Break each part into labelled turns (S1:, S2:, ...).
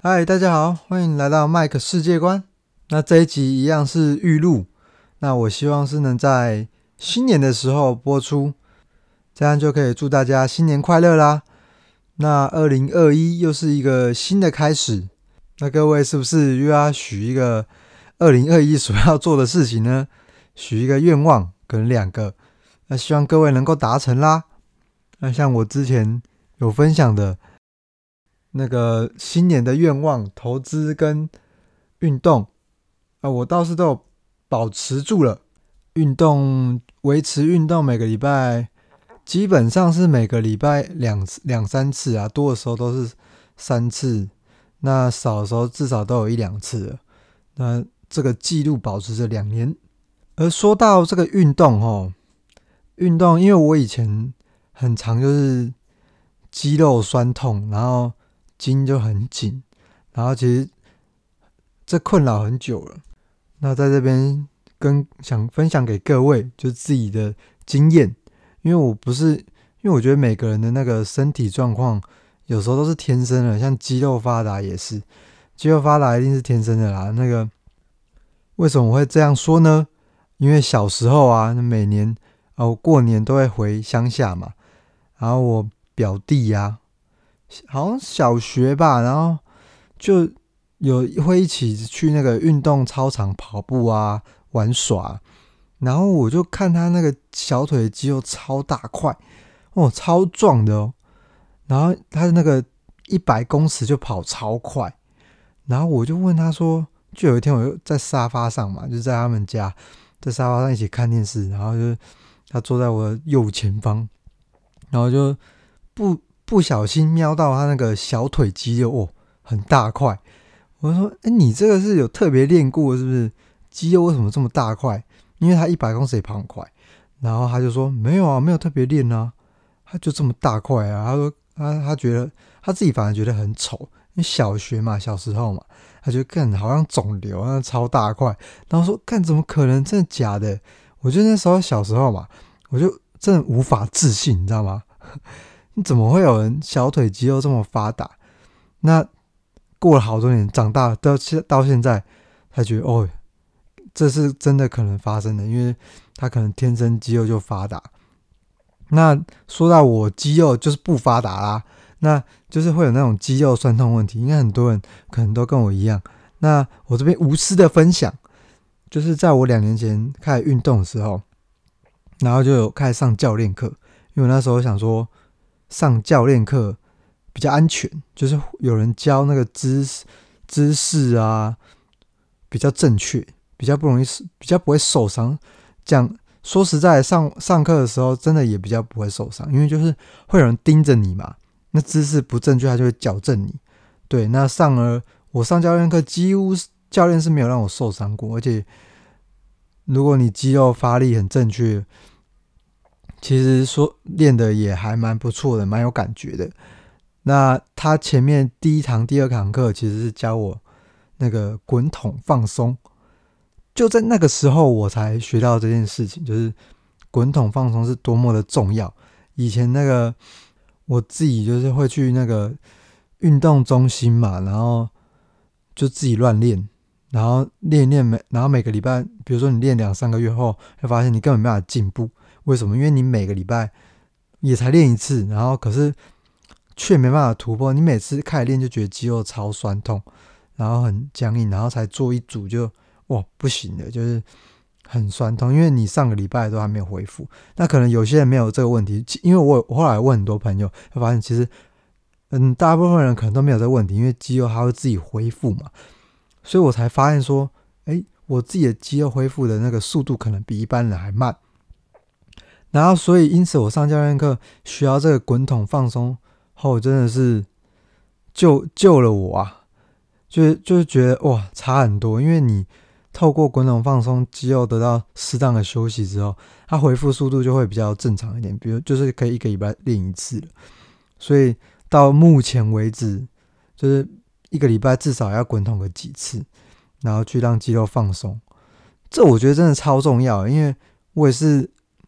S1: 嗨，大家好，欢迎来到麦克世界观。那这一集一样是预录，那我希望是能在新年的时候播出，这样就可以祝大家新年快乐啦。那2021又是一个新的开始，那各位是不是又要许一个2021所要做的事情呢？许一个愿望，可能2个，那希望各位能够达成啦。那像我之前有分享的那个新年的愿望，投资跟运动我倒是都有保持住了。维持运动每个礼拜基本上是每个礼拜两三次啊，多的时候都是3次，那少的时候至少都有1-2次了。那这个记录保持着2年。而说到这个运动因为我以前很常就是肌肉酸痛，然后筋就很紧，然后其实这困扰很久了。那在这边想分享给各位，就是自己的经验，因为我觉得每个人的那个身体状况有时候都是天生的，像肌肉发达也是，肌肉发达一定是天生的啦。那个为什么我会这样说呢？因为小时候啊，每年我过年都会回乡下嘛，然后我表弟啊，好像小学吧，然后就会一起去那个运动操场跑步啊、玩耍，然后我就看他那个小腿肌肉超大块超壮的然后他的那个100公尺就跑超快，然后我就问他说，就有一天我就在沙发上嘛，就在他们家，在沙发上一起看电视，然后就他坐在我的右前方，然后就不小心瞄到他那个小腿肌肉很大块。我说你这个是有特别练过是不是？肌肉为什么这么大块？因为他100公尺也跑很快。然后他就说没有啊，没有特别练啊，他就这么大块啊。他说他觉得他自己反而觉得很丑，因为小学嘛，小时候嘛，他觉得干好像肿瘤，那超大块。然后说干怎么可能？真的假的？我觉得那时候小时候嘛，我就真的无法置信，你知道吗？你怎么会有人小腿肌肉这么发达？那过了好多年，长大到现在，才觉得这是真的可能发生的，因为他可能天生肌肉就发达。那说到我肌肉就是不发达啦，那就是会有那种肌肉酸痛问题，应该很多人可能都跟我一样。那我这边无私的分享，就是在我2年前开始运动的时候，然后就有开始上教练课，因为我那时候想说上教练课比较安全，就是有人教那个姿势啊比较正确，比较不会受伤。讲说实在上课的时候真的也比较不会受伤，因为就是会有人盯着你嘛，那姿势不正确他就会矫正你。对，那我上教练课几乎教练是没有让我受伤过，而且如果你肌肉发力很正确，其实说练的也还蛮不错的，蛮有感觉的。那他前面第1堂、第2堂课其实是教我那个滚筒放松，就在那个时候我才学到这件事情，就是滚筒放松是多么的重要。以前那个我自己就是会去那个运动中心嘛，然后就自己乱练，然后练一练然后每个礼拜，比如说你练2-3个月后，会发现你根本没办法进步。为什么？因为你每个礼拜也才练1次，然后可是却没办法突破。你每次开始练就觉得肌肉超酸痛，然后很僵硬，然后才做一组就不行的，就是很酸痛，因为你上个礼拜都还没有恢复。那可能有些人没有这个问题，因为我后来问很多朋友，会发现其实大部分人可能都没有这个问题，因为肌肉它会自己恢复嘛。所以我才发现说我自己的肌肉恢复的那个速度可能比一般人还慢。然后所以因此我上教练课学到这个滚筒放松后，真的是救了我啊，就是觉得差很多。因为你透过滚筒放松，肌肉得到适当的休息之后，它恢复速度就会比较正常一点，比如就是可以1个礼拜练1次了。所以到目前为止，就是1个礼拜至少要滚筒个几次，然后去让肌肉放松。这我觉得真的超重要，因为我也是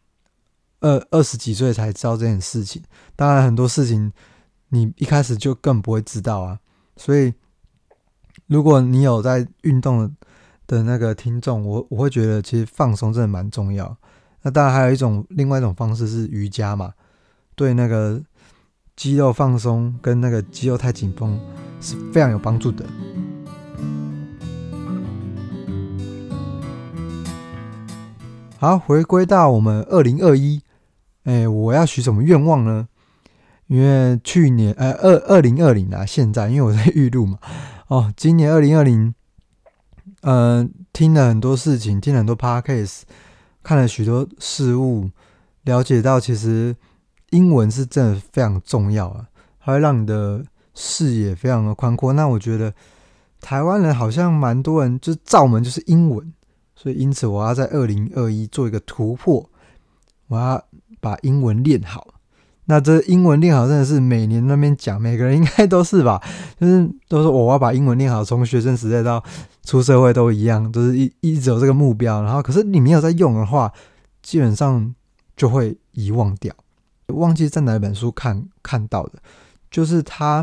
S1: 20几岁才知道这件事情。当然很多事情你一开始就更不会知道啊，所以如果你有在运动的那个听众，我会觉得其实放松真的蛮重要。那当然还有另外一种方式是瑜伽嘛，对那个肌肉放松跟那个肌肉太紧绷是非常有帮助的。好，回归到我们2021，我要许什么愿望呢？因为去年2020啊，现在因为我在预录嘛，今年2020，听了很多事情，听了很多 podcast， 看了许多事物，了解到其实英文是真的非常重要啊，它会让你的视野非常的宽阔。那我觉得台湾人好像蛮多人就是罩门就是英文，所以因此我要在2021做一个突破，我要把英文练好。那这英文练好真的是每年那边讲，每个人应该都是吧，就是都说我要把英文练好，从学生时代到出社会都一样，都是一直有这个目标。然后可是你没有在用的话，基本上就会遗忘掉。忘记在哪本书看到的，就是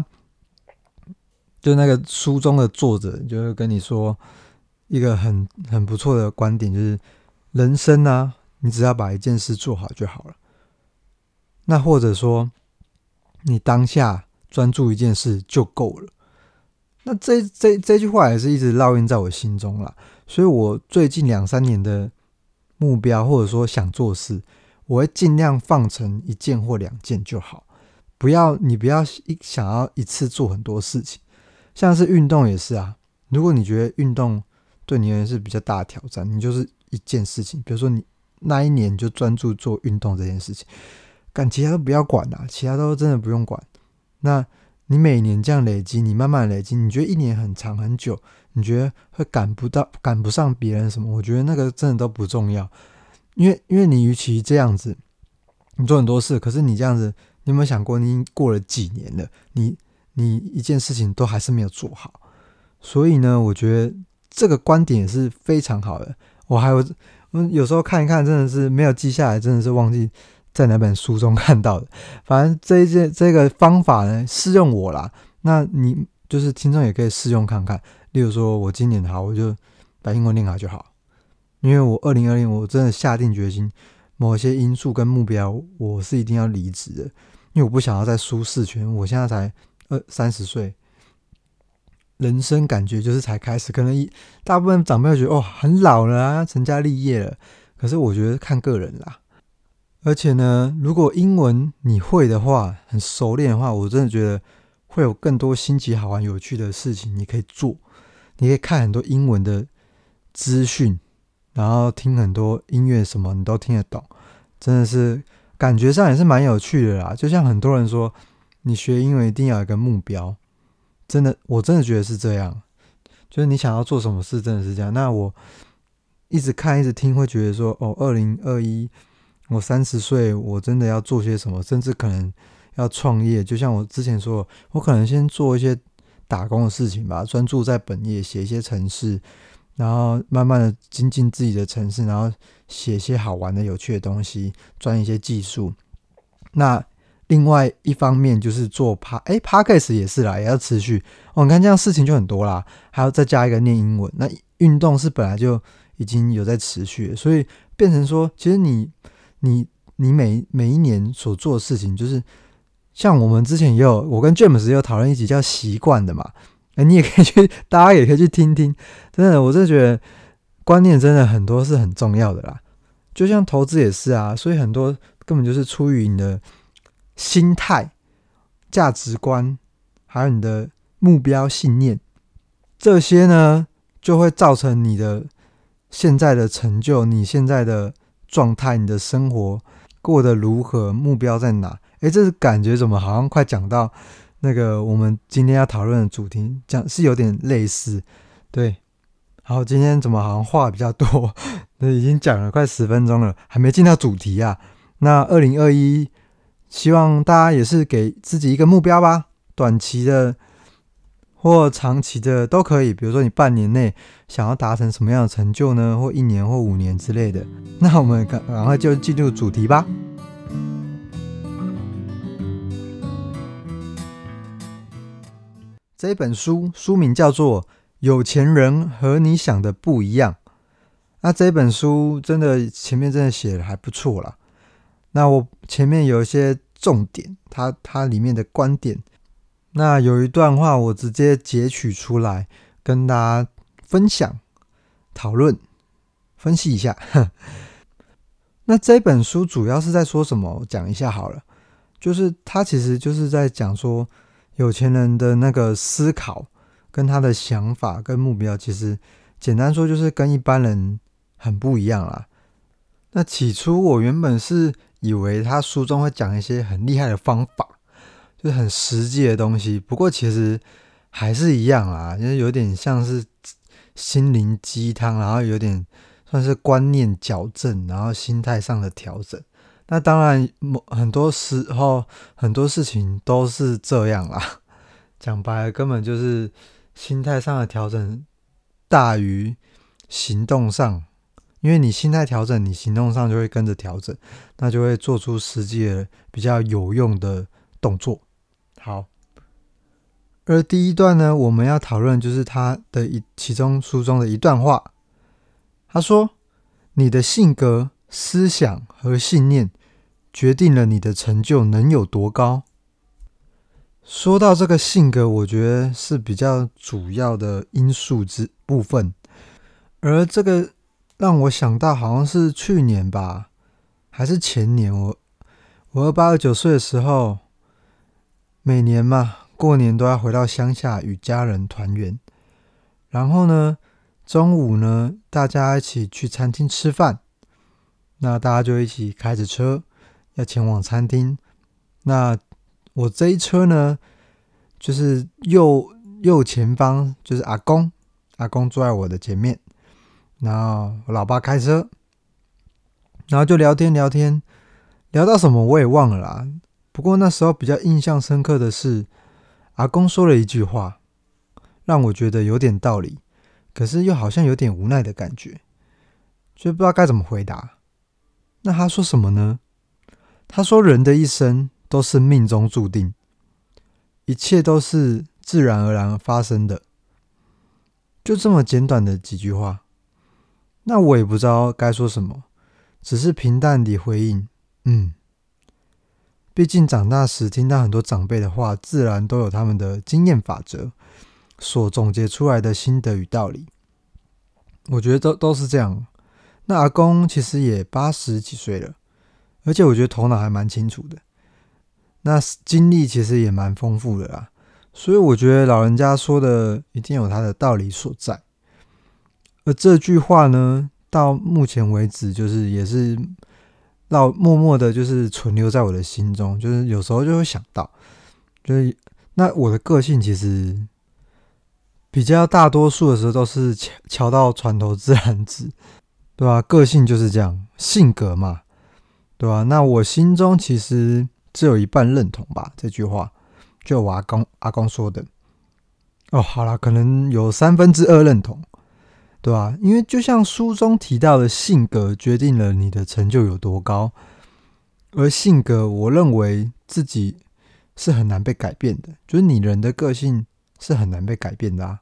S1: 就那个书中的作者就会跟你说一个很不错的观点，就是人生啊，你只要把一件事做好就好了。那或者说你当下专注一件事就够了。那这句话也是一直烙印在我心中啦，所以我最近2-3年的目标或者说想做事，我会尽量放成1件或2件就好，你不要想要一次做很多事情。像是运动也是啊，如果你觉得运动对你而言是比较大的挑战，你就是一件事情，比如说你那一年就专注做运动这件事情，其他都不要管啦，其他都真的不用管。那你每年这样累积，你慢慢累积，你觉得1年很长很久，你觉得会赶不上别人什么，我觉得那个真的都不重要。因为你与其这样子，你做很多事，可是你这样子，你有没有想过，你已经过了几年了，你一件事情都还是没有做好。所以呢，我觉得这个观点也是非常好的。我有时候看一看，真的是没有记下来，真的是忘记在哪本书中看到的。反正这个方法呢，适用我啦。那你就是听众也可以试用看看。例如说，我今年好，我就把英文练好就好。因为我2020我真的下定决心，某些因素跟目标，我是一定要离职的。因为我不想要在舒适圈。我现在才30岁，人生感觉就是才开始。可能大部分长辈会觉得很老了啊，成家立业了。可是我觉得看个人啦。而且呢，如果英文你会的话，很熟练的话，我真的觉得会有更多新奇好玩有趣的事情你可以做。你可以看很多英文的资讯，然后听很多音乐什么你都听得懂，真的是感觉上也是蛮有趣的啦。就像很多人说你学英文一定要有一个目标，我真的觉得是这样，就是你想要做什么事真的是这样。那我一直看一直听会觉得说2021我30岁我真的要做些什么，甚至可能要创业。就像我之前说，我可能先做一些打工的事情吧，专注在本业，写一些程式，然后慢慢的精进自己的程式，然后写一些好玩的有趣的东西，赚一些技术。那另外一方面就是做Podcast 也是啦，也要持续。你看这样事情就很多啦，还要再加一个念英文。那运动是本来就已经有在持续，所以变成说，其实你每一年所做的事情，就是像我们之前我跟 James 也有讨论一集叫习惯的嘛，你也可以去，大家也可以去听听。真的，我真的觉得观念真的很多是很重要的啦。就像投资也是啊，所以很多根本就是出于你的心态、价值观，还有你的目标信念，这些呢就会造成你的现在的成就，你现在的状态，你的生活过得如何，目标在哪。这感觉怎么好像快讲到那个我们今天要讨论的主题，讲是有点类似。对，好，今天怎么好像话比较多已经讲了快10分钟了，还没进到主题啊。那2021希望大家也是给自己一个目标吧，短期的或长期的都可以。比如说你半年内想要达成什么样的成就呢，或1年或5年之类的。那我们赶快就进入主题吧。这一本书名叫做《 有钱人和你想的不一样。那这本书真的前面真的写的还不错啦。那我前面有一些重点，它里面的观点，那有一段话我直接截取出来跟大家分享、讨论、分析一下。那这本书主要是在说什么？我讲一下好了。就是它其实就是在讲说，有钱人的那个思考跟他的想法跟目标，其实简单说就是跟一般人很不一样啦。那起初我原本是以为他书中会讲一些很厉害的方法，就是很实际的东西，不过其实还是一样啦，就是有点像是心灵鸡汤，然后有点算是观念矫正，然后心态上的调整。那当然很多时候很多事情都是这样啦，讲白了根本就是心态上的调整大于行动上，因为你心态调整，你行动上就会跟着调整，那就会做出实际的比较有用的动作。好，而第一段呢，我们要讨论就是他的其中书中的一段话。他说，你的性格、思想和信念决定了你的成就能有多高。说到这个性格，我觉得是比较主要的因素之部分，而这个让我想到好像是去年吧，还是前年，我28、29岁的时候，每年嘛，过年都要回到乡下与家人团圆，然后呢，中午呢，大家一起去餐厅吃饭，那大家就一起开着车要前往餐厅。那我这一车呢，就是右前方就是阿公坐在我的前面，然后我老爸开车，然后就聊天，聊到什么我也忘了啦。不过那时候比较印象深刻的是，阿公说了一句话，让我觉得有点道理，可是又好像有点无奈的感觉，就不知道该怎么回答。那他说什么呢？他说人的一生都是命中注定，一切都是自然而然发生的。就这么简短的几句话，那我也不知道该说什么，只是平淡地回应，毕竟长大时听到很多长辈的话，自然都有他们的经验法则所总结出来的心得与道理。我觉得都是这样。那阿公其实也80几岁了，而且我觉得头脑还蛮清楚的，那经历其实也蛮丰富的啦，所以我觉得老人家说的一定有他的道理所在。而这句话呢，到目前为止就是也是默默的就是存留在我的心中，就是有时候就会想到，就是那我的个性其实比较大多数的时候都是桥到船头自然直，对吧？个性就是这样，性格嘛，对吧？那我心中其实只有一半认同吧，这句话就我阿公说的。好啦，可能有2/3认同，对吧？因为就像书中提到的，性格决定了你的成就有多高，而性格我认为自己是很难被改变的，就是你人的个性是很难被改变的啊，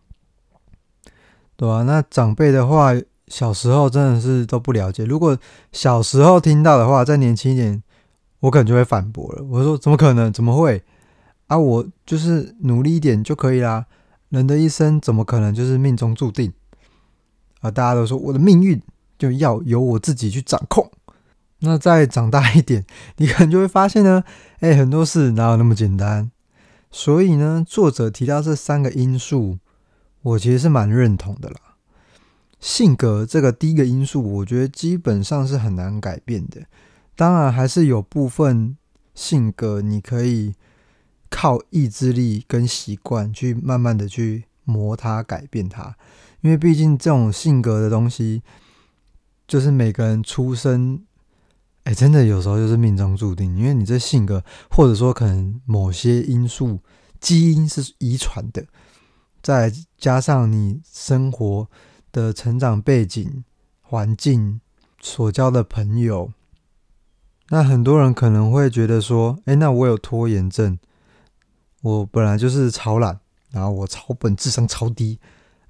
S1: 对吧？那长辈的话，小时候真的是都不了解，如果小时候听到的话，再年轻一点，我可能就会反驳了，我说怎么可能，怎么会啊？我就是努力一点就可以啦，人的一生怎么可能就是命中注定啊？大家都说我的命运就要由我自己去掌控。那再长大一点，你可能就会发现呢，很多事哪有那么简单？所以呢，作者提到这3个因素，我其实是蛮认同的啦。性格这个第一个因素，我觉得基本上是很难改变的。当然，还是有部分性格你可以靠意志力跟习惯去慢慢的去磨它、改变它。因为毕竟这种性格的东西，就是每个人出生，真的有时候就是命中注定。因为你这性格，或者说可能某些因素，基因是遗传的，再加上你生活的成长背景、环境、所交的朋友，那很多人可能会觉得说，那我有拖延症，我本来就是超懒，然后我超笨，智商超低，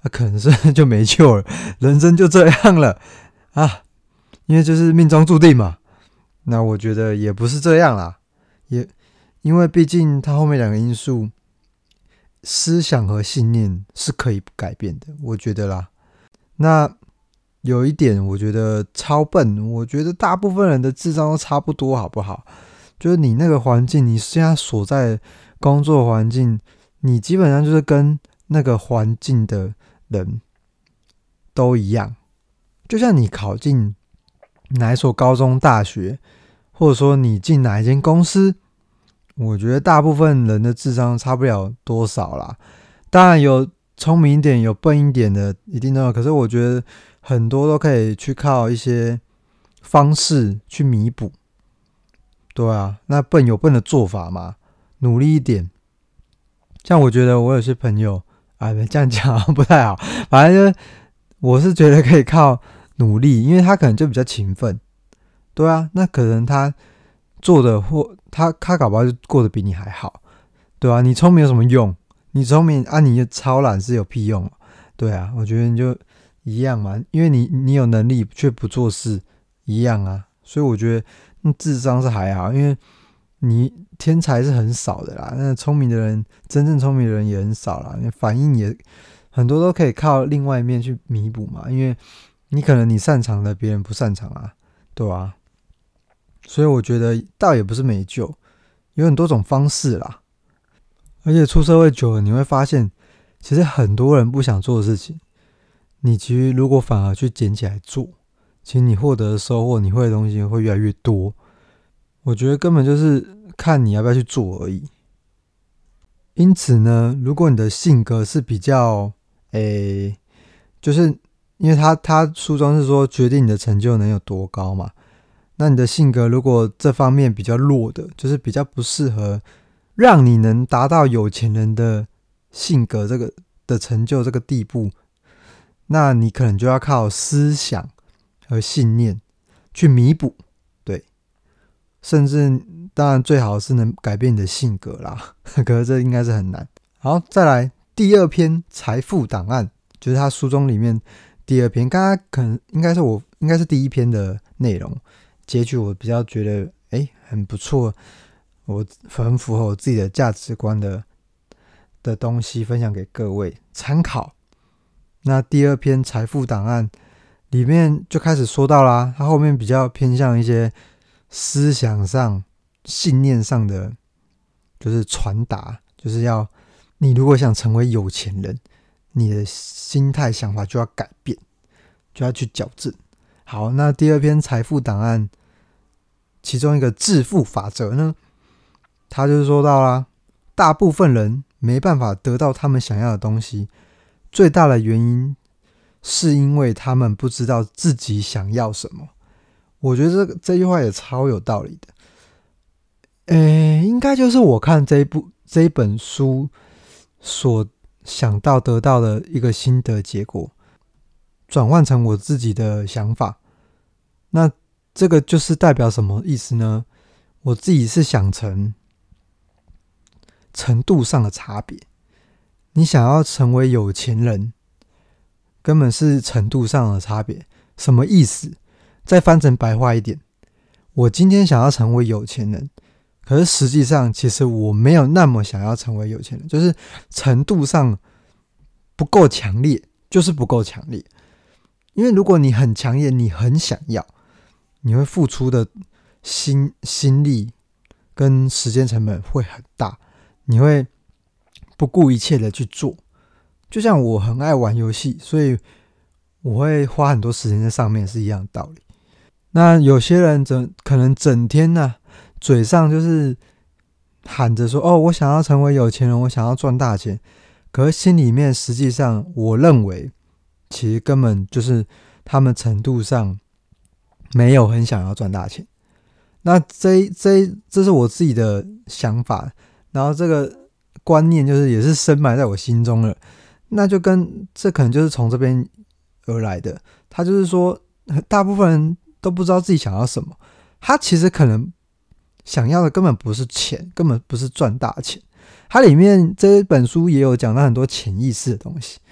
S1: 可能是就没救了，人生就这样了啊，因为就是命中注定嘛。那我觉得也不是这样啦，也因为毕竟它后面两个因素，思想和信念是可以改变的，我觉得啦。那有一点我觉得超笨，我觉得大部分人的智商都差不多，好不好？就是你那个环境，你现在所在的工作环境，你基本上就是跟那个环境的人都一样。就像你考进哪一所高中、大学，或者说你进哪一间公司，我觉得大部分人的智商差不了多少啦。当然有聪明一点、有笨一点的，一定都有。可是我觉得很多都可以去靠一些方式去弥补。对啊，那笨有笨的做法嘛，努力一点。像我觉得我有些朋友啊，这样讲不太好，反正就是我是觉得可以靠努力，因为他可能就比较勤奋。对啊，那可能他做的或他搞不好就过得比你还好。对啊，你聪明有什么用？你聪明啊，你超懒是有屁用？对啊，我觉得你就一样嘛，因为你有能力却不做事一样啊，所以我觉得智商是还好，因为你天才是很少的啦，那聪明的人，真正聪明的人也很少啦，反应也很多都可以靠另外一面去弥补嘛，因为你可能你擅长的别人不擅长啊，对啊，所以我觉得倒也不是没救，有很多种方式啦。而且出社会久了，你会发现，其实很多人不想做的事情，你其实如果反而去捡起来做，其实你获得的收获，你会的东西会越来越多。我觉得根本就是看你要不要去做而已。因此呢，如果你的性格是比较，就是因为他书中是说决定你的成就能有多高嘛，那你的性格如果这方面比较弱的，就是比较不适合让你能达到有钱人的性格这个的成就这个地步，那你可能就要靠思想和信念去弥补，对，甚至当然最好是能改变你的性格啦，可是这应该是很难。好，再来第二篇财富档案，就是他书中里面第二篇，刚刚可能应该是第一篇的内容，截取我比较觉得很不错，我很符合我自己的价值观的东西分享给各位参考。那第二篇财富档案里面就开始说到啦，它后面比较偏向一些思想上、信念上的，就是传达，就是要你如果想成为有钱人，你的心态想法就要改变，就要去矫正。好，那第二篇财富档案其中一个致富法则呢，他就是说到啦，大部分人没办法得到他们想要的东西，最大的原因是因为他们不知道自己想要什么。我觉得这句话也超有道理的。应该就是我看这一本书所想到得到的一个心得结果，转换成我自己的想法。那这个就是代表什么意思呢？我自己是想成程度上的差别。你想要成为有钱人，根本是程度上的差别。什么意思？再翻成白话一点，我今天想要成为有钱人，可是实际上其实我没有那么想要成为有钱人，就是程度上不够强烈，就是不够强烈。因为如果你很强烈，你很想要，你会付出的心力跟时间成本会很大，你会不顾一切的去做。就像我很爱玩游戏，所以我会花很多时间在上面，是一样的道理。那有些人可能整天嘴上就是喊着说我想要成为有钱人，我想要赚大钱，可是心里面实际上我认为其实根本就是他们程度上没有很想要赚大钱。那这是我自己的想法，然后这个观念就是也是深埋在我心中了。那就跟这可能就是从这边而来的，他就是说大部分人都不知道自己想要什么，他其实可能想要的根本不是钱，根本不是赚大钱。它里面这本书也有讲到很多潜意识的东西，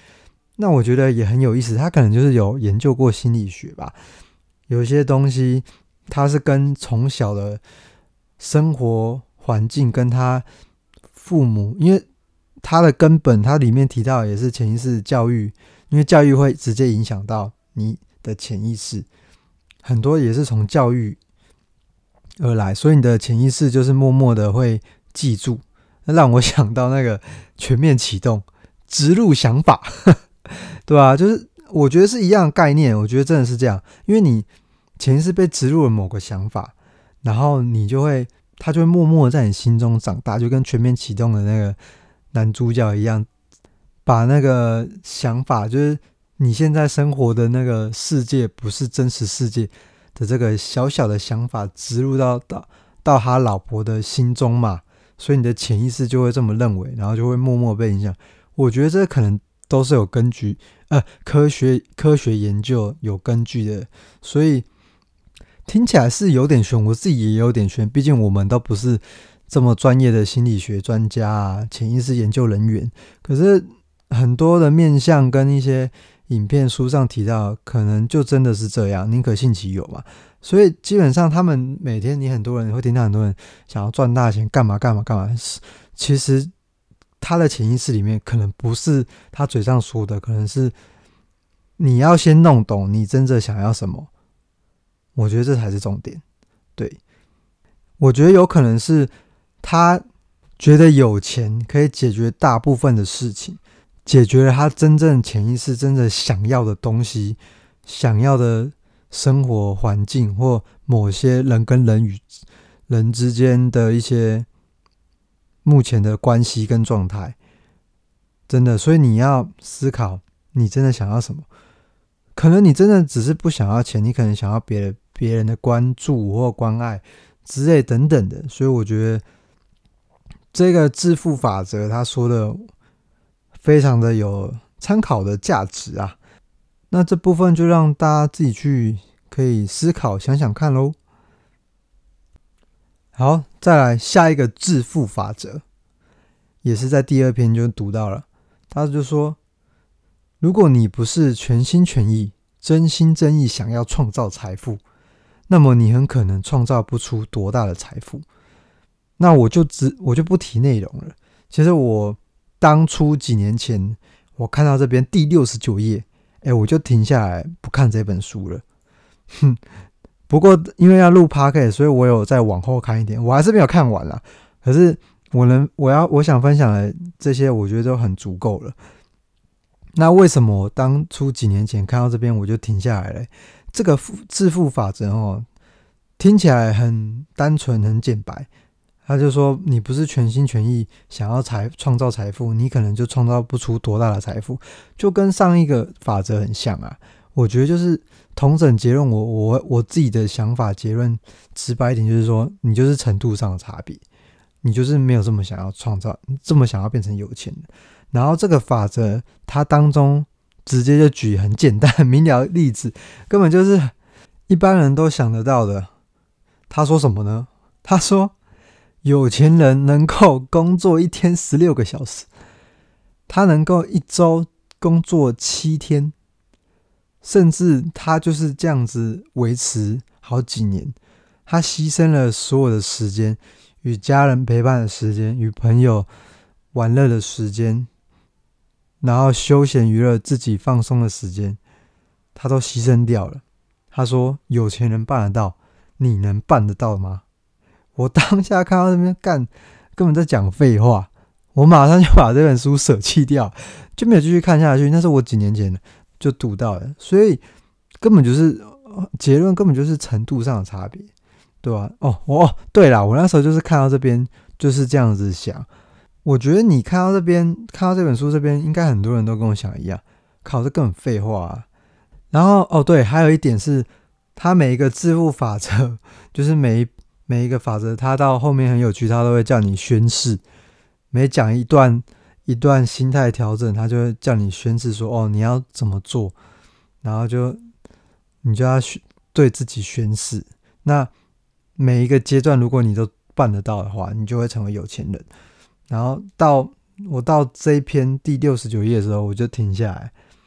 S1: 那我觉得也很有意思，他可能就是有研究过心理学吧，有一些东西他是跟从小的生活环境跟他父母，因为他的根本，他里面提到也是潜意识教育，因为教育会直接影响到你的潜意识，很多也是从教育而来，所以你的潜意识就是默默的会记住。那让我想到那个全面启动植入想法对啊，就是我觉得是一样的概念，我觉得真的是这样，因为你潜意识被植入了某个想法，然后它就会默默的在你心中长大，就跟全面启动的那个男主角一样，把那个想法，就是你现在生活的那个世界不是真实世界的这个小小的想法植入到他老婆的心中嘛，所以你的潜意识就会这么认为，然后就会默默被影响。我觉得这可能都是有根据，科学研究有根据的，所以听起来是有点悬，我自己也有点悬，毕竟我们都不是这么专业的心理学专家啊，潜意识研究人员。可是很多的面向跟一些影片书上提到，可能就真的是这样，宁可信其有嘛。所以基本上他们每天你很多人会听到很多人想要赚大钱，干嘛干嘛干嘛，其实他的潜意识里面可能不是他嘴上说的，可能是你要先弄懂你真正想要什么。我觉得这才是重点。对，我觉得有可能是他觉得有钱可以解决大部分的事情，解决了他真正潜意识真正想要的东西，想要的生活环境，或某些人跟人与人之间的一些目前的关系跟状态。真的，所以你要思考你真的想要什么。可能你真的只是不想要钱，你可能想要别人的关注或关爱之类等等的。所以我觉得这个致富法则他说的非常的有参考的价值啊。那这部分就让大家自己去可以思考想想看咯。好，再来下一个致富法则，也是在第2篇就读到了。他就说，如果你不是全心全意、真心真意想要创造财富，那么你很可能创造不出多大的财富。那我就不提内容了。其实我当初几年前，我看到这边第69页，我就停下来不看这本书了。不过因为要录 Podcast， 所以我有再往后看一点，我还是没有看完啦。可是我想分享的这些，我觉得都很足够了。那为什么我当初几年前看到这边我就停下来了？这个致富法则听起来很单纯很简白。他就说，你不是全心全意想要创造财富，你可能就创造不出多大的财富，就跟上一个法则很像啊。我觉得就是统整结论，我自己的想法结论直白一点，就是说你就是程度上的差别，你就是没有这么想要创造，这么想要变成有钱的。然后这个法则它当中直接就举很简单明了的例子，根本就是一般人都想得到的。他说什么呢？他说有钱人能够工作一天16个小时，他能够一周工作7天，甚至他就是这样子维持好几年。他牺牲了所有的时间，与家人陪伴的时间，与朋友玩乐的时间，然后休闲娱乐自己放松的时间，他都牺牲掉了。他说有钱人办得到，你能办得到吗？我当下看到这边根本在讲废话，我马上就把这本书舍弃掉，就没有继续看下去。那是我几年前就读到的，所以根本就是结论，根本就是程度上的差别，对吧？对啦，我那时候就是看到这边就是这样子想。我觉得你看到这本书这边，应该很多人都跟我想一样，靠，这根本废话啊。然后对，还有一点是，他每一个致富法则，就是每一个法则，他到后面很有趣，他都会叫你宣誓。每讲一段心态调整，他就会叫你宣誓说，你要怎么做，然后你就要对自己宣誓。那每一个阶段，如果你都办得到的话，你就会成为有钱人。然后我到这一篇第69页的时候，我就停下来，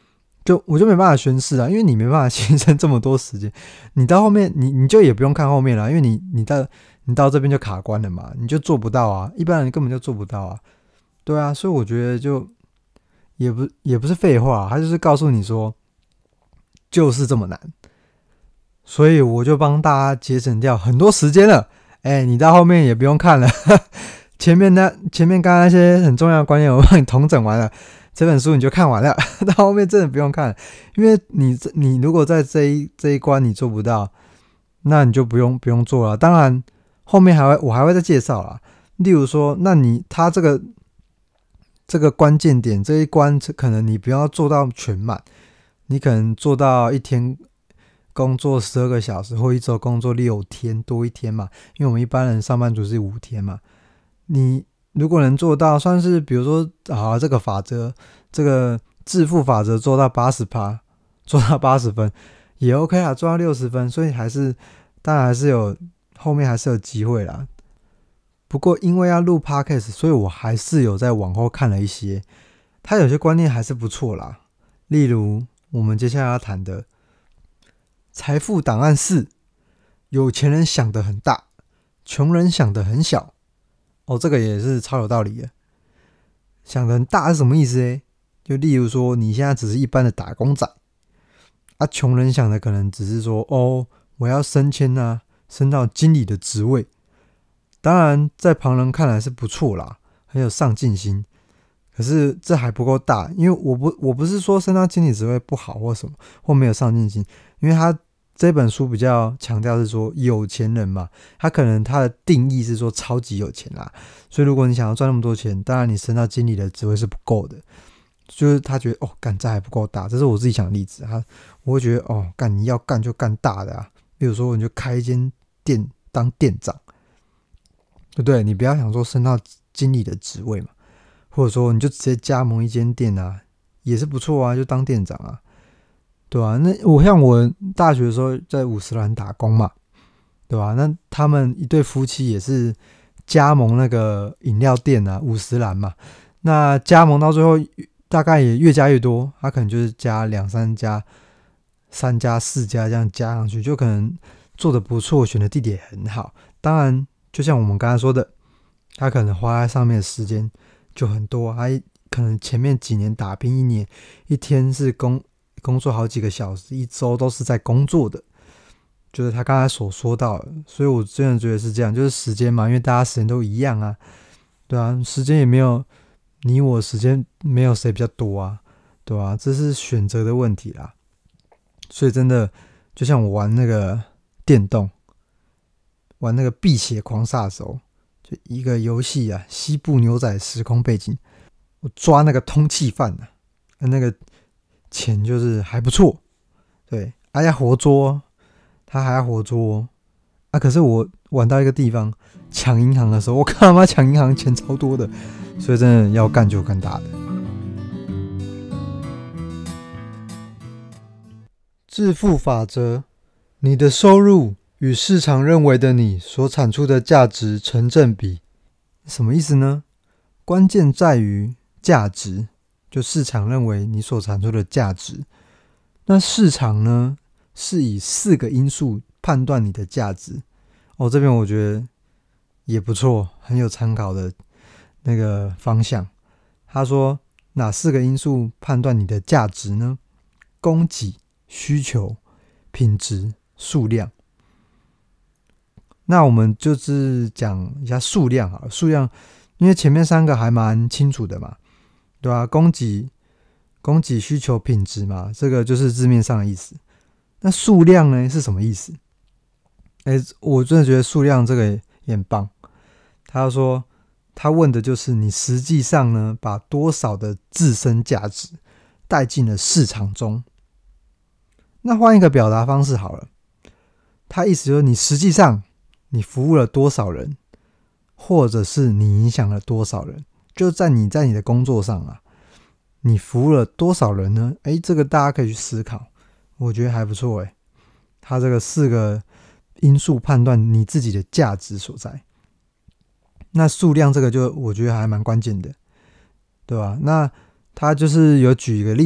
S1: 我就没办法宣示啊，因为你没办法牺牲这么多时间，你到后面你就也不用看后面了，因为你到这边就卡关了嘛，你就做不到啊，一般人根本就做不到啊，对啊，所以我觉得就也不是废话，他就是告诉你说就是这么难，所以我就帮大家节省掉很多时间了，你到后面也不用看了，前面刚刚那些很重要的观念我帮你统整完了。这本书你就看完了，到后面真的不用看了，因为你如果在这一关你做不到，那你就不用做了。当然后面我还会再介绍啦，例如说，那他这个关键点这一关，可能你不要做到全满，你可能做到一天工作12个小时，或一周工作6天多一天嘛，因为我们一般人上班族是5天嘛，你如果能做到，算是比如说这个法则，这个致富法则做到 80%， 做到80分也 OK 啦，做到60分，所以当然还是后面还是有机会啦。不过因为要录 Podcast， 所以我还是有在往后看了一些，他有些观念还是不错啦。例如我们接下来要谈的财富档案4，有钱人想得很大，穷人想得很小。这个也是超有道理的。想得很大是什么意思呢？就例如说你现在只是一般的打工仔啊，穷人想的可能只是说我要升迁啊，升到经理的职位。当然在旁人看来是不错啦，很有上进心，可是这还不够大，因为我不是说升到经理职位不好或什么，或没有上进心，因为他这本书比较强调是说有钱人嘛，他可能他的定义是说超级有钱啦，所以如果你想要赚那么多钱，当然你升到经理的职位是不够的，就是他觉得干这还不够大，这是我自己想的例子，我会觉得干你要干就干大的啊，比如说你就开一间店当店长，对不对？你不要想说升到经理的职位嘛，或者说你就直接加盟一间店啊，也是不错啊，就当店长啊。对吧？那我大学的时候在50兰打工嘛，对吧？那他们一对夫妻也是加盟那个饮料店啊，50兰嘛。那加盟到最后大概也越加越多，他可能就是加2、3家、3家、4家这样加上去，就可能做得不错，选的地点也很好。当然，就像我们刚才说的，他可能花在上面的时间就很多，他可能前面几年打拼1年，一天是工作好几个小时，一周都是在工作的，就是他刚才所说到的，所以我真的觉得是这样，就是时间嘛，因为大家时间都一样啊，对啊，时间也没有你我时间没有谁比较多啊，对啊，这是选择的问题啦，所以真的就像我玩那个电动，玩那个碧血狂杀手，就一个游戏啊，西部牛仔时空背景，我抓那个通缉犯啊，那个钱就是还不错，对，要活捉，他还要活捉啊！可是我玩到一个地方抢银行的时候，我看他妈抢银行钱超多的，所以真的要干就干大的。致富法则：你的收入与市场认为的你所产出的价值成正比。什么意思呢？关键在于价值。就市场认为你所产出的价值，那市场呢是以4个因素判断你的价值。这边我觉得也不错，很有参考的那个方向。他说哪4个因素判断你的价值呢？供给、需求、品质、数量。那我们就是讲一下数量好了，数量因为前面3个还蛮清楚的嘛。对啊，供给、需求、品质嘛，这个就是字面上的意思。那数量呢是什么意思？我真的觉得数量这个也很棒。他问的就是你实际上呢把多少的自身价值带进了市场中。那换一个表达方式好了，他意思就是你实际上你服务了多少人，或者是你影响了多少人。就在你的工作上啊，你服务了多少人呢？这个大家可以去思考，我觉得还不错。他这个4个因素判断你自己的价值所在。那数量这个就我觉得还蛮关键的，对吧？那他就是有举一个例子，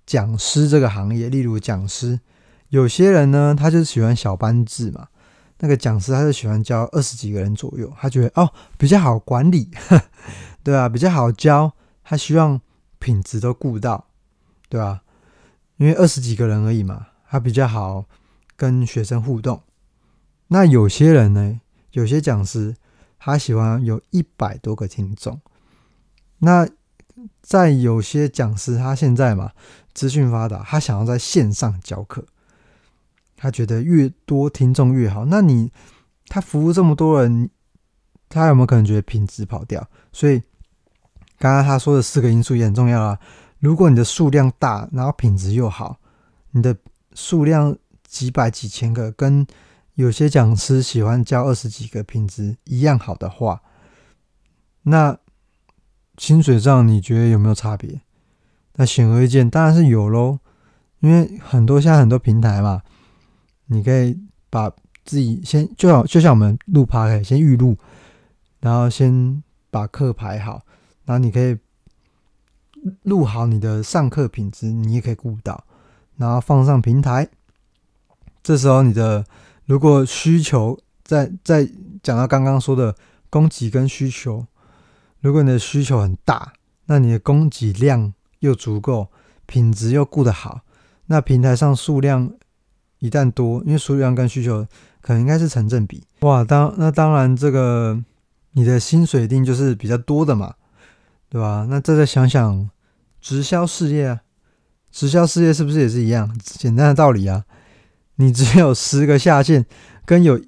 S1: 讲师这个行业，例如讲师，有些人呢，他就是喜欢小班制嘛。那个讲师他就喜欢教20几个人左右，他觉得比较好管理，对啊，比较好教，他希望品质都顾到，对啊，因为20几个人而已嘛，他比较好跟学生互动。那有些人呢，有些讲师他喜欢有100多个听众。那在有些讲师他现在嘛，资讯发达，他想要在线上教课，他觉得越多听众越好。那他服务这么多人，他有没有可能觉得品质跑掉？所以刚刚他说的4个因素也很重要啦。如果你的数量大，然后品质又好，你的数量几百几千个，跟有些讲师喜欢教20几个品质一样好的话，那薪水上你觉得有没有差别？那显而易见当然是有咯，因为现在很多平台嘛，你可以把自己先就像我们录 Podcast 先预录，然后先把课排好，然后你可以录好你的上课品质，你也可以顾到，然后放上平台。这时候你的如果需求再讲到刚刚说的供给跟需求，如果你的需求很大，那你的供给量又足够，品质又顾得好，那平台上数量一旦多，因为数量跟需求可能应该是成正比，哇，那当然这个你的薪水一定就是比较多的嘛，对吧？那再想想直销事业啊，直销事业是不是也是一样简单的道理啊？你只有10个下线，跟有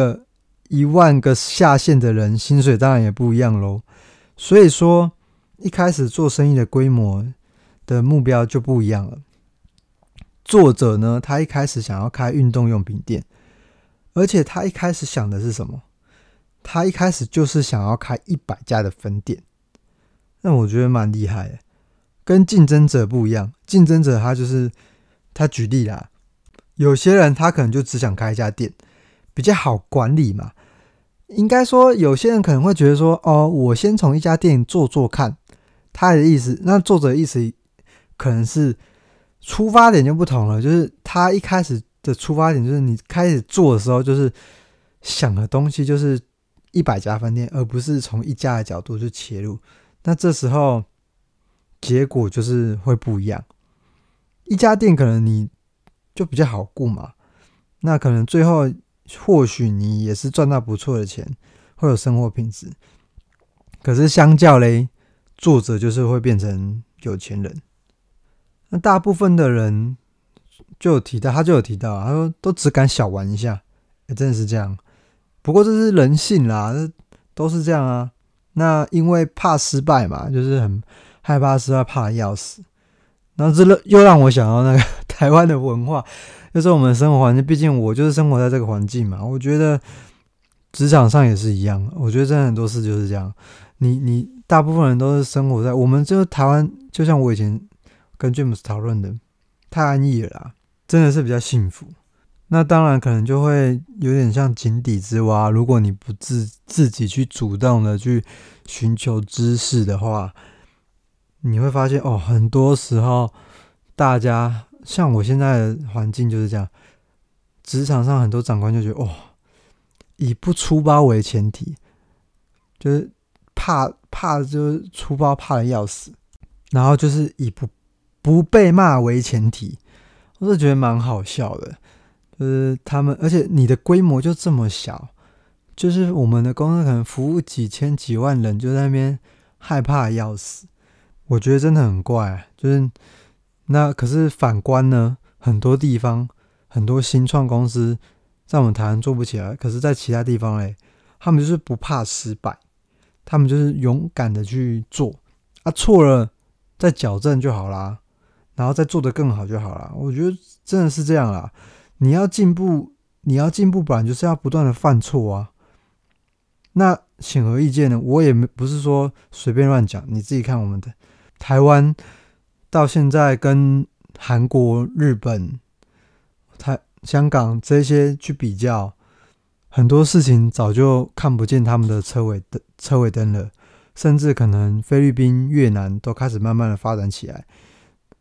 S1: 1万个下线的人，薪水当然也不一样咯。所以说一开始做生意的规模的目标就不一样了。作者呢，他一开始想要开运动用品店，而且他一开始想的是什么？他一开始就是想要开100家的分店。那我觉得蛮厉害的，跟竞争者不一样。竞争者他举例啦，有些人他可能就只想开一家店，比较好管理嘛。应该说有些人可能会觉得说，我先从一家店做做看。他的意思，那作者的意思可能是出发点就不同了，就是他一开始的出发点就是你开始做的时候，就是想的东西就是100家分店，而不是从一家的角度去切入。那这时候结果就是会不一样。一家店可能你就比较好顾嘛，那可能最后或许你也是赚到不错的钱，会有生活品质。可是相较嘞，作者就是会变成有钱人。那大部分的人他就有提到，他说都只敢小玩一下，真的是这样。不过这是人性啦，都是这样啊。那因为怕失败嘛，就是很害怕失败，怕得要死。然后这又让我想到那个台湾的文化，就是我们的生活环境，毕竟我就是生活在这个环境嘛。我觉得职场上也是一样，我觉得真的很多事就是这样。你大部分人都是生活在我们就台湾，就像我以前跟 James 讨论的，太安逸了啦，真的是比较幸福。那当然可能就会有点像井底之蛙，如果你不自己去主动的去寻求知识的话，你会发现很多时候大家像我现在的环境就是这样，职场上很多长官就觉得以不出包为前提，就是怕就是出包怕得要死，然后就是以不被骂为前提，我是觉得蛮好笑的。就是他们，而且你的规模就这么小，就是我们的公司可能服务几千几万人，就在那边害怕得要死，我觉得真的很怪。就是那可是反观呢，很多地方很多新创公司在我们台湾做不起来，可是在其他地方嘞，他们就是不怕失败，他们就是勇敢的去做啊，错了再矫正就好啦，然后再做得更好就好啦。我觉得真的是这样啦。你要进步，本来就是要不断的犯错啊。那显而易见的，我也不是说随便乱讲，你自己看我们的台湾到现在跟韩国、日本、香港这些去比较，很多事情早就看不见他们的车尾灯了，甚至可能菲律宾、越南都开始慢慢的发展起来。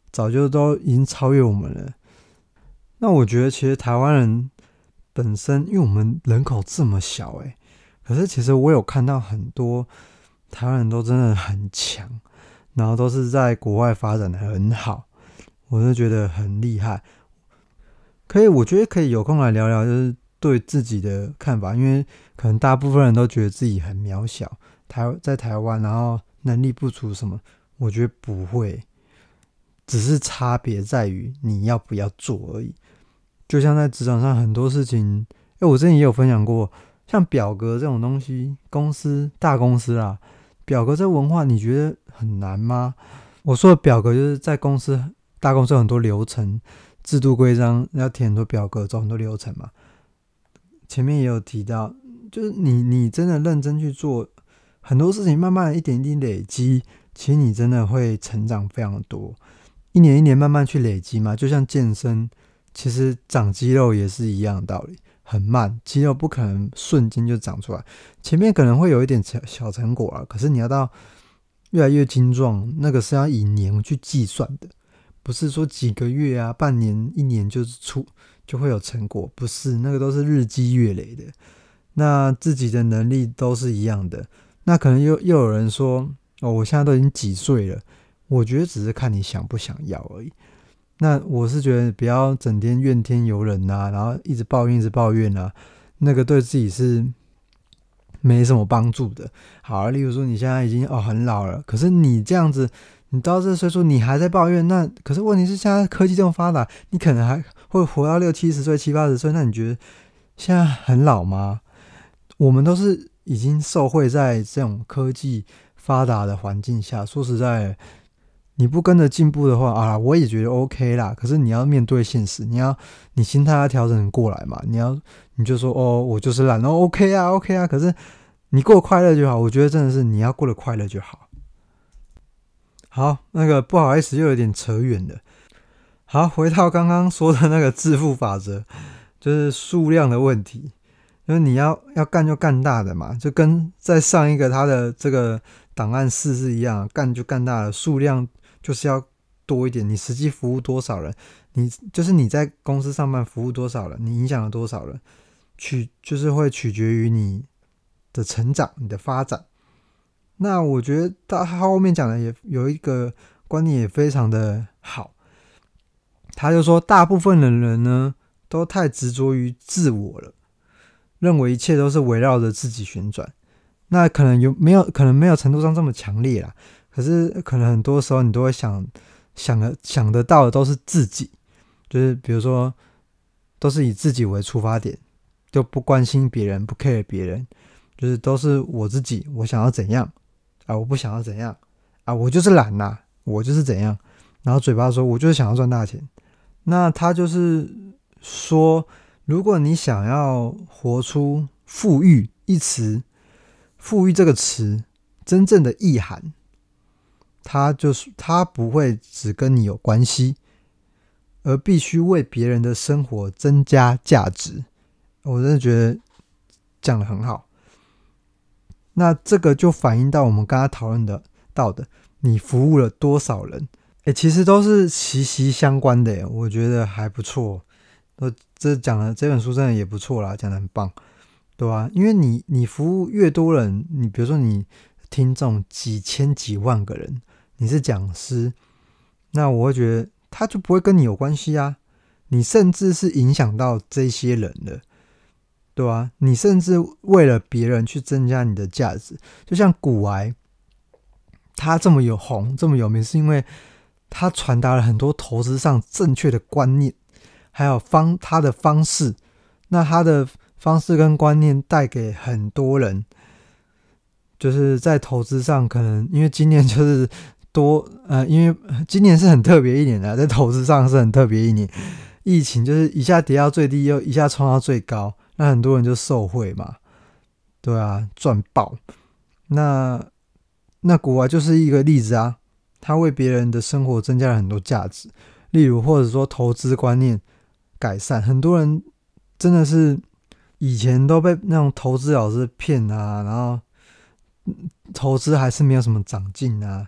S1: 早就都已经超越我们了。那我觉得其实台湾人本身，因为我们人口这么小可是其实我有看到很多台湾人都真的很强，然后都是在国外发展的很好，我就觉得很厉害。我觉得可以有空来聊聊，就是对自己的看法，因为可能大部分人都觉得自己很渺小，在台湾，然后能力不足什么，我觉得不会，只是差别在于你要不要做而已。就像在职场上很多事情，我之前也有分享过，像表格这种东西，大公司啦，表格这文化你觉得很难吗？我说的表格就是在大公司有很多流程、制度规章，要填很多表格，走很多流程嘛。前面也有提到，就是你真的认真去做很多事情，慢慢的一点一滴累积，其实你真的会成长非常多。一年一年慢慢去累积嘛，就像健身，其实长肌肉也是一样的道理，很慢，肌肉不可能瞬间就长出来，前面可能会有一点小成果可是你要到越来越精壮，那个是要以年去计算的，不是说几个月半年、一年就会有成果，不是，那个都是日积月累的。那自己的能力都是一样的，那可能又有人说，我现在都已经几岁了，我觉得只是看你想不想要而已。那我是觉得不要整天怨天尤人然后一直抱怨那个对自己是没什么帮助的。好，例如说你现在已经很老了，可是你这样子，你到这岁数你还在抱怨，那可是问题是现在科技这么发达，你可能还会活到60-70岁、70-80岁，那你觉得现在很老吗？我们都是已经受惠在这种科技发达的环境下，说实在，你不跟着进步的话我也觉得 OK 啦。可是你要面对现实，你心态要调整过来嘛。你就说我就是懒，OK 啊。可是你过得快乐就好，我觉得真的是你要过得快乐就好。好，那个不好意思，又有点扯远了。好，回到刚刚说的那个致富法则，就是数量的问题。就是你要干就干大的嘛，就跟在上一个他的这个档案4是一样，干就干大的，数量就是要多一点。你实际服务多少人，就是你在公司上班服务多少人，你影响了多少人，就是会取决于你的成长、你的发展。那我觉得他后面讲的也有一个观念也非常的好，他就说大部分的人呢都太执着于自我了，认为一切都是围绕着自己旋转。那可能没有程度上这么强烈啦，可是可能很多时候你都会想得到的都是自己，就是比如说都是以自己为出发点，就不关心别人，不 care 别人，就是都是我自己，我想要怎样我不想要怎样我就是懒我就是怎样，然后嘴巴说我就是想要赚大钱。那他就是说，如果你想要活出富裕富裕这个词真正的意涵，它不会只跟你有关系，而必须为别人的生活增加价值。我真的觉得讲得很好。那这个就反映到我们刚刚讨论到的，你服务了多少人，其实都是息息相关的我觉得还不错。这本书真的也不错啦，讲得很棒，对吧？因为你服务越多人，你比如说你听众几千几万个人，你是讲师，那我会觉得他就不会跟你有关系你甚至是影响到这些人了，对吧？你甚至为了别人去增加你的价值。就像股癌，他这么红这么有名，是因为他传达了很多投资上正确的观念，还有他的方式。那他的方式跟观念带给很多人，就是在投资上可能因为今年就是因为今年是很特别一年在投资上是很特别一年。疫情就是一下跌到最低，又一下冲到最高，那很多人就受惠嘛，对赚爆。那股癌就是一个例子他为别人的生活增加了很多价值，例如或者说投资观念改善，很多人真的是以前都被那种投资老师骗然后投资还是没有什么长进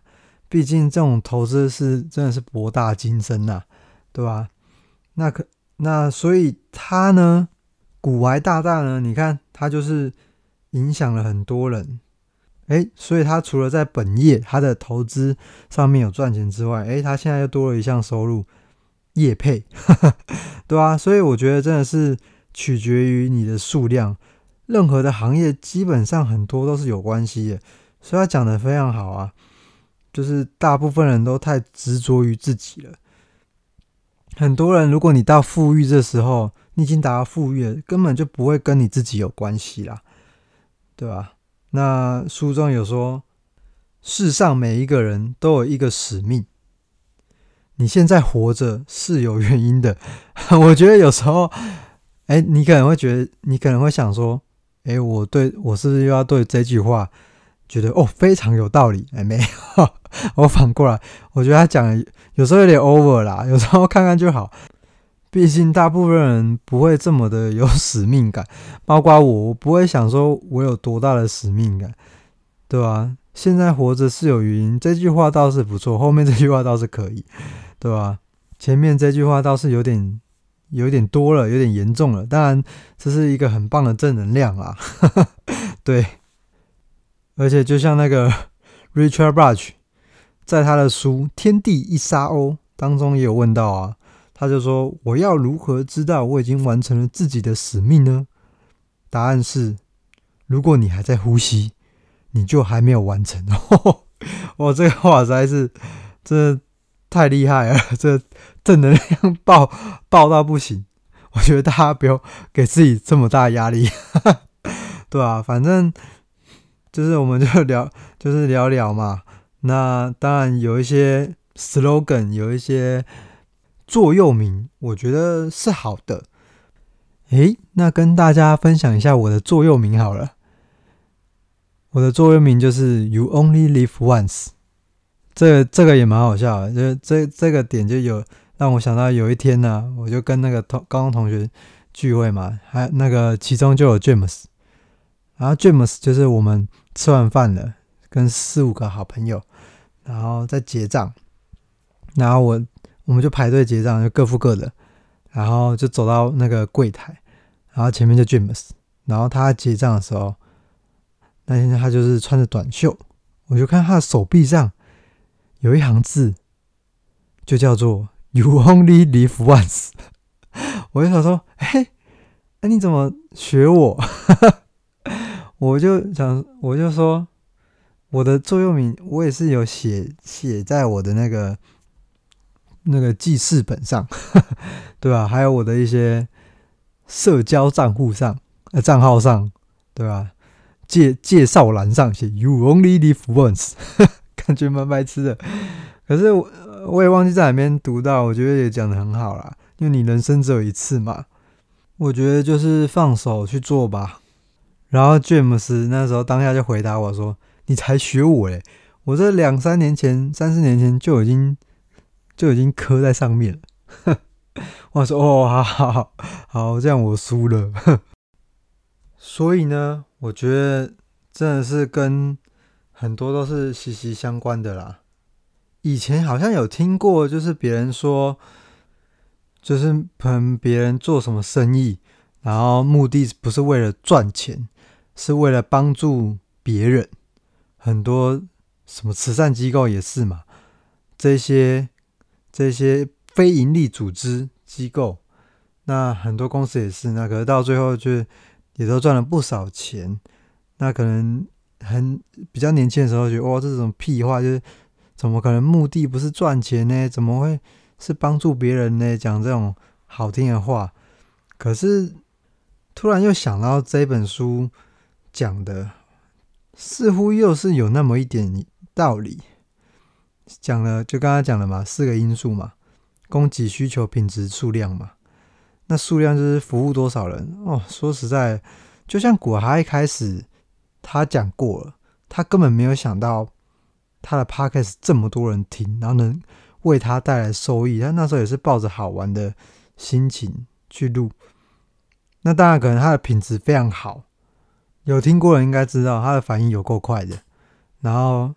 S1: 毕竟这种投资真的是博大精深呐，对吧？那所以他呢，股癌大大呢，你看他就是影响了很多人，所以他除了在本业他的投资上面有赚钱之外，他现在又多了一项收入，业配，对啊，所以我觉得真的是取决于你的数量，任何的行业基本上很多都是有关系的，所以他讲的非常好啊，就是大部分人都太执着于自己了。很多人，如果你到富裕这时候，你已经达到富裕了，根本就不会跟你自己有关系啦，对吧？那书中有说，世上每一个人都有一个使命，你现在活着是有原因的。我觉得有时候，你可能会想说，我是不是又要对这句话觉得非常有道理？没有，我反过来，我觉得他讲的有时候有点 over 啦，有时候看看就好。毕竟大部分人不会这么的有使命感，包括我不会想说我有多大的使命感，对吧？现在活着是有原因，这句话倒是不错，后面这句话倒是可以，对吧？前面这句话倒是有点多了，有点严重了。当然，这是一个很棒的正能量啦，对。而且就像那个 Richard Bach 在他的书《天地一沙鸥》当中也有问到啊，他就说：“我要如何知道我已经完成了自己的使命呢？”答案是：如果你还在呼吸，你就还没有完成。哇，这个话实在是真的太厉害了，这正能量爆到不行。我觉得大家不要给自己这么大压力，对啊，反正就是我们就聊聊嘛。那当然有一些 slogan， 有一些座右铭，我觉得是好的。那跟大家分享一下我的座右铭好了。我的座右铭就是 You only live once。这个也蛮好笑的，就这个点就有让我想到有一天呢，我就跟那个高中同学聚会嘛，还那个其中就有 James， 然后 James 就是我们吃完饭了，跟4-5个好朋友，然后再结账，然后我们就排队结账，就各付各的，然后就走到那个柜台，然后前面就 James， 然后他结账的时候，那天他就是穿着短袖，我就看他的手臂上有一行字，就叫做 You only live once。 我就想说，你怎么学我？我就说我的座右铭我也是有写在我的那个记事本上，对吧？还有我的一些社交账号上，对吧？介绍栏上写 You only live once， 感觉蛮白痴的。可是我也忘记在哪边读到，我觉得也讲得很好啦，因为你人生只有一次嘛。我觉得就是放手去做吧。然后 James 那时候当下就回答我说：“你才学我嘞，我这3-4年前就已经刻在上面了。”我说：“好，这样我输了。”所以呢，我觉得真的是跟很多都是息息相关的啦。以前好像有听过，就是别人说，就是可能别人做什么生意，然后目的不是为了赚钱，是为了帮助别人。很多什么慈善机构也是嘛，这些非营利组织机构，那很多公司也是，那可是到最后就也都赚了不少钱。那可能比较年轻的时候觉得，这种屁话，就是怎么可能目的不是赚钱呢？怎么会是帮助别人呢？讲这种好听的话。可是突然又想到这本书讲的，似乎又是有那么一点道理。讲了就刚才讲了嘛，4个因素嘛，供给、需求、品质、数量嘛。那数量就是服务多少人说实在，就像古哈一开始他讲过了，他根本没有想到他的 podcast 这么多人听，然后能为他带来收益。他那时候也是抱着好玩的心情去录。那当然可能他的品质非常好，有听过的人应该知道他的反应有够快的。然后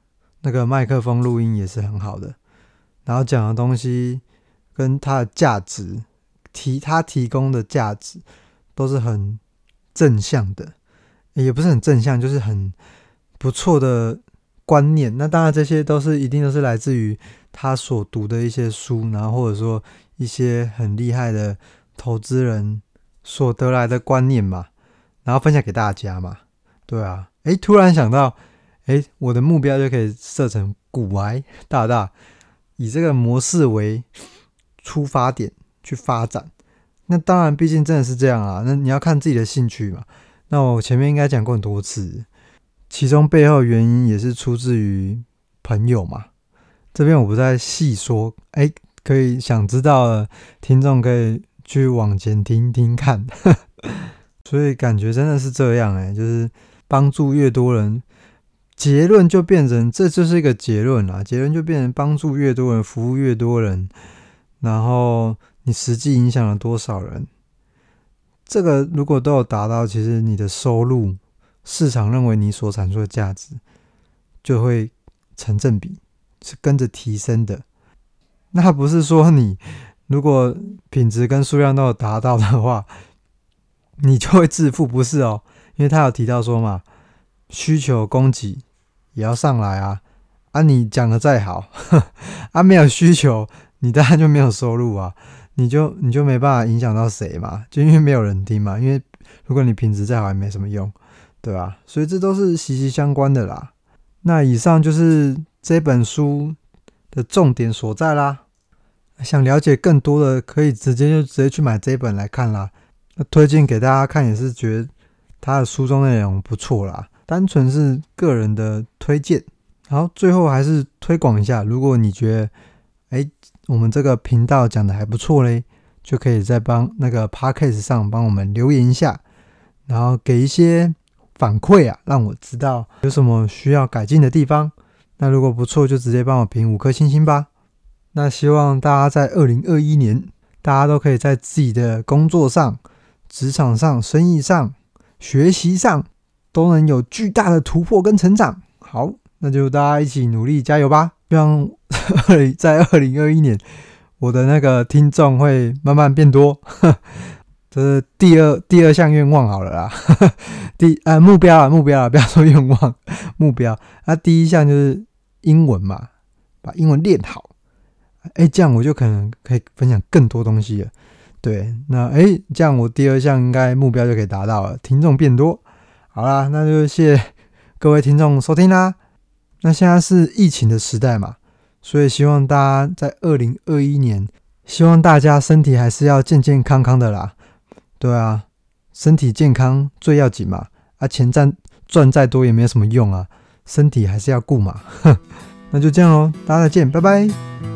S1: 那个麦克风录音也是很好的，然后讲的东西跟它的价值，它提供的价值都是很正向的，也不是很正向，就是很不错的观念。那当然这些一定都是来自于他所读的一些书，然后或者说一些很厉害的投资人所得来的观念嘛，然后分享给大家嘛。对啊，突然想到，我的目标就可以设成股癌大大，以这个模式为出发点去发展。那当然毕竟真的是这样啊，那你要看自己的兴趣嘛。那我前面应该讲过很多次，其中背后原因也是出自于朋友嘛，这边我不再细说，可以想知道的听众可以去往前听听看所以感觉真的是这样，就是帮助越多人，结论就变成，这就是一个结论啦，结论就变成帮助越多人，服务越多人，然后你实际影响了多少人，这个如果都有达到，其实你的收入，市场认为你所产出的价值就会成正比，是跟着提升的。那不是说你如果品质跟数量都有达到的话，你就会致富，不是哦。因为他有提到说嘛，需求供给也要上来啊。你讲的再好没有需求，你当然就没有收入啊，你就没办法影响到谁嘛，就因为没有人听嘛。因为如果你品质再好也没什么用，对吧？所以这都是息息相关的啦。那以上就是这本书的重点所在啦。想了解更多的，可以直接去买这一本来看啦。那推荐给大家看也是觉得他的书中内容不错啦，单纯是个人的推荐。好，最后还是推广一下，如果你觉得我们这个频道讲的还不错嘞，就可以在那个 Podcast 上帮我们留言一下，然后给一些反馈啊，让我知道有什么需要改进的地方。那如果不错，就直接帮我评5颗星星吧。那希望大家在2021年，大家都可以在自己的工作上、职场上、生意上、学习上都能有巨大的突破跟成长。好，那就大家一起努力加油吧！希望在2021年，我的那个听众会慢慢变多。这是第二项愿望好了啦。目标啊，不要说愿望，目标。第一项就是英文嘛，把英文练好。这样我就可能可以分享更多东西了。对，那这样我第二项应该目标就可以达到了，听众变多。好啦，那就谢谢各位听众收听啦。那现在是疫情的时代嘛，所以希望大家在2021年，希望大家身体还是要健健康康的啦。对啊，身体健康最要紧嘛。钱赚再多也没有什么用啊，身体还是要顾嘛。那就这样咯，大家再见，拜拜。